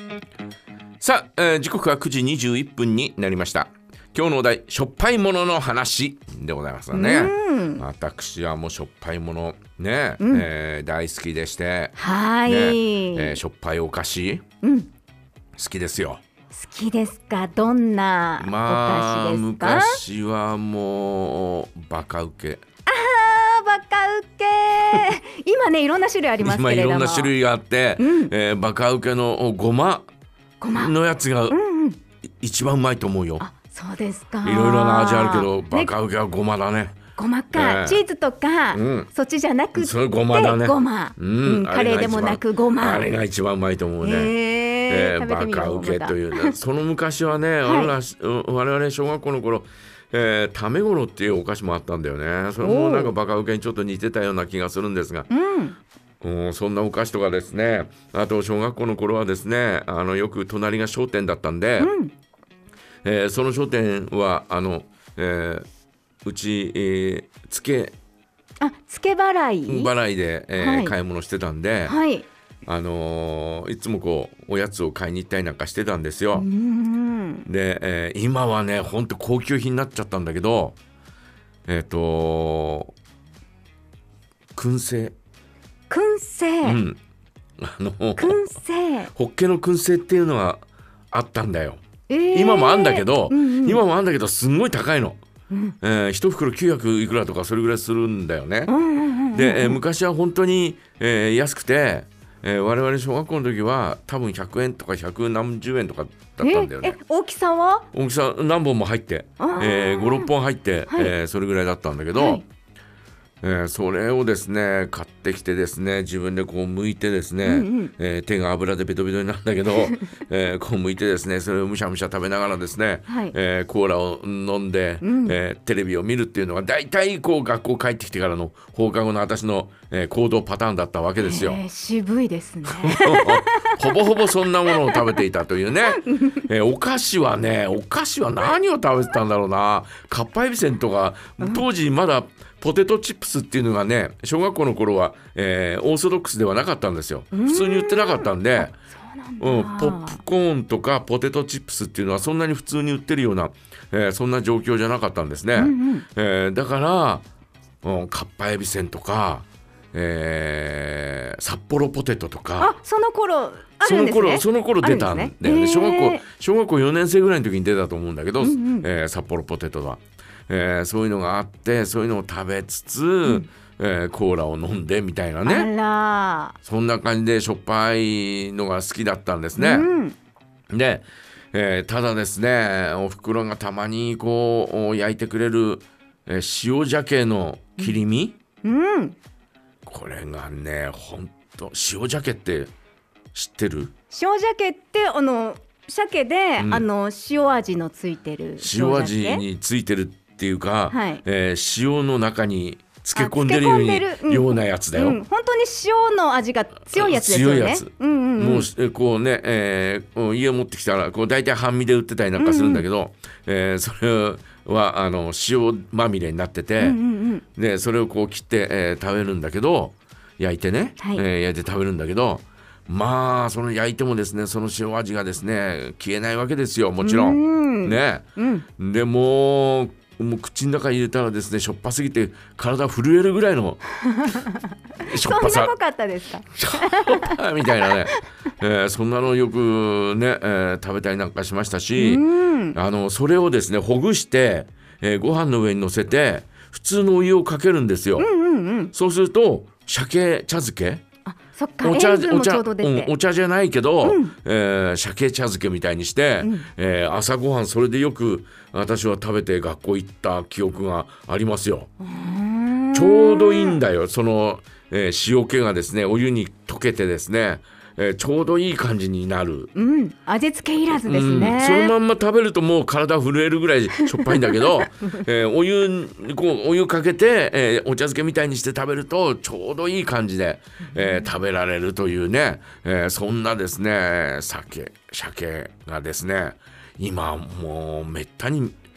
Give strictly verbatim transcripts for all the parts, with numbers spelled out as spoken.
さあ、えー、時刻はくじにじゅういっぷんになりました。今日のお題、しょっぱいものの話でございますね。私はもうしょっぱいものね、うん、えー、大好きでして、 はい、 ね、えー、しょっぱいお菓子、うん、好きですよ。 好きですか？どんなお菓子ですか？ まあ、昔はもうバカウケ。 あー、バカウケ今ね、いろんな種類ありますけれども、 今いろんな種類があって、うん、えー、バカウケのごまのやつが、うんうん、一番うまいと思うよ。 あ、そうですか。 いろいろな味あるけど、バカウケはごまだね。 ごまか、えー、チーズとか、うん、そっちじゃなくてそれごまだね。 ごま、うんうん、カレーでもなくごま、 あれが一番うまいと思うね。えーえー、バカウケというその昔はね、はい、我々小学校の頃、えー、タメゴロっていうお菓子もあったんだよね。それもなんかバカウケにちょっと似てたような気がするんですが、うん、そんなお菓子とかですね。あと小学校の頃はですね、あのよく隣が商店だったんで、うん、えー、その商店はあの、えー、うち、えー、つけあつけ払い払いで、えーはい、買い物してたんで、 はい、 あのー、いつもこうおやつを買いに行ったりなんかしてたんですよ。うんで、えー、今はねほんと高級品になっちゃったんだけど、えっ、ー、と燻製燻製、うん、 あの燻製ホッケの燻製っていうのがあったんだよ、えー、今もあんだけど、うんうん、今もあんだけどすんごい高いの、うんえー、一袋きゅうひゃくいくらとかそれぐらいするんだよね、うんうんうんうん、で、えー、昔は本当に、えー、安くて、えー、我々小学校の時は多分ひゃくえんとかひゃく何十円とかだったんだよね。 ええ大きさは大きさ何本も入って、えー、ごろっぽん入って、はいえー、それぐらいだったんだけど、はいえー、それをですね買ってきてですね自分でこう剥いてですね、うんうんえー、手が油でベトベトになるんだけど、えー、こう剥いてですねそれをむしゃむしゃ食べながらですね、はいえー、コーラを飲んで、うんえー、テレビを見るっていうのが大体こう学校帰ってきてからの放課後の私の、えー、行動パターンだったわけですよ、 えー、渋いですねほぼほぼそんなものを食べていたというね、えー、お菓子はねお菓子は何を食べてたんだろうな。かっぱえびせんとか当時まだポテトチップスっていうのがね小学校の頃は、えー、オーソドックスではなかったんですよ。普通に売ってなかったんでうん、ポップコーンとかポテトチップスっていうのはそんなに普通に売ってるような、えー、そんな状況じゃなかったんですね、うんうんえー、だから、うん、かっぱえびせんとか、えー、札幌ポテトとかあその頃あるんですね。 その頃その頃出たんだよね。小学校小学校よねん生ぐらいの時に出たと思うんだけど、うんうんえー、札幌ポテトは、えー、そういうのがあってそういうのを食べつつ、うんえー、コーラを飲んでみたいなね。 あらそんな感じでしょっぱいのが好きだったんですね、うん、で、えー、ただですねお袋がたまにこう焼いてくれる、えー、塩鮭の切り身、うんうん、これがねほんと塩鮭って知ってる？ 塩鮭ってあの鮭で、うん、あの塩味のついてる塩味についてるっていうか、はいえー、塩の中に漬け込んでるように、うん、ようなやつだよ、うん、 本当に塩の味が強いやつですよね。 強いやつ、うんうんうん、もうこうね、えー、家を持ってきたらこう大体半身で売ってたりなんかするんだけど、うんうんえー、それはあの塩まみれになってて、うんうんうん、でそれをこう切って、えー、食べるんだけど焼いてね、はいえー、焼いて食べるんだけどまあその焼いてもですねその塩味がですね消えないわけですよもちろん、うんねうん、でもうもう口の中に入れたらですねしょっぱすぎて体震えるぐらいのしょっぱさそんな濃かったですかしょっぱみたいなね、えー、そんなのよくね、えー、食べたりなんかしましたしあのそれをですねほぐして、えー、ご飯の上に乗せて普通のお湯をかけるんですよ、うんうんうん、そうすると鮭茶漬けあそっかお茶、塩分もちょうど出て、 うん、お茶じゃないけど、うんえー、鮭茶漬けみたいにして、うんえー、朝ごはんそれでよく私は食べて学校行った記憶がありますよ。ちょうどいいんだよその、えー、塩気がですねお湯に溶けてですね、えー、ちょうどいい感じになる、 うん、味付けいらずですね、 うん、そのまんま食べるともう体震えるぐらいしょっぱいんだけど、えー、お湯にこうお湯かけて、えー、お茶漬けみたいにして食べるとちょうどいい感じで、えー、食べられるというね、えー、そんなですね鮭鮭がですね今もうめったに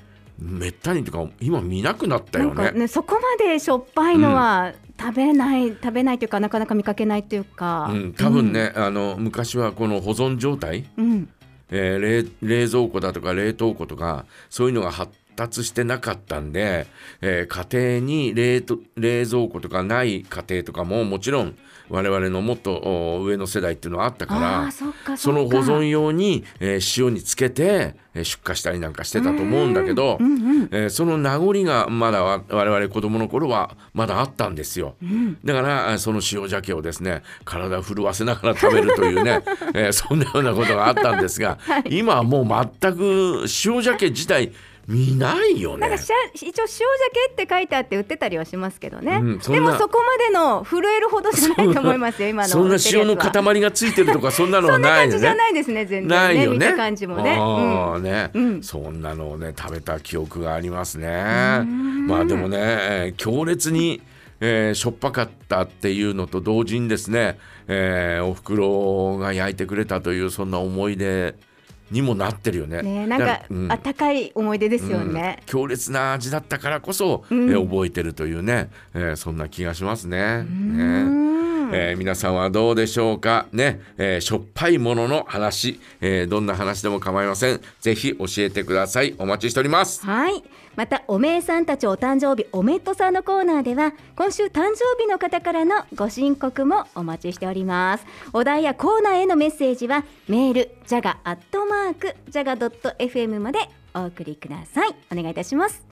めったにとか今見なくなったよね。 なんかね、そこまでしょっぱいのは食べない、うん、食べないというかなかなか見かけないというか、 うん、多分ね、うん、あの昔はこの保存状態、うんえー、冷, 冷蔵庫だとか冷凍庫とかそういうのが発達してなかったんで、えー、家庭に 冷, 冷蔵庫とかない家庭とかももちろん我々のもっと上の世代っていうのはあったから、 そっかそっか、 その保存用に、えー、塩につけて、えー、出荷したりなんかしてたと思うんだけど、うんうんえー、その名残がまだ我々子供の頃はまだあったんですよ、うん、だからその塩鮭をですね体を震わせながら食べるというね、えー、そんなようなことがあったんですが、はい、今はもう全く塩鮭自体見ないよね。 なんか一応塩鮭って書いてあって売ってたりはしますけどね、うん、 でもそこまでの震えるほどじゃないと思いますよ今の。 そんな塩の塊がついてるとかそんなのはないよね。 そんな感じじゃないですね全然ね。 ないよね、 見た感じもね、 あ、ね、うん、そんなのをね食べた記憶がありますね。まあでもね強烈にえー、しょっぱかったっていうのと同時にですね、えー、お袋が焼いてくれたというそんな思い出にもなってるよね。 ね、なんか、うん、あったかい思い出ですよね、 うん、強烈な味だったからこそ、うんえー、覚えてるというね、えー、そんな気がしますね。ねえー、皆さんはどうでしょうかね、えー、しょっぱいものの話、えー、どんな話でも構いません。ぜひ教えてください。お待ちしております。 はい、またおめえさんたちお誕生日おめっとさんのコーナーでは今週誕生日の方からのご申告もお待ちしております。お題やコーナーへのメッセージはメールジャガアットマークジャガドットエフエムまでお送りください。お願いいたします。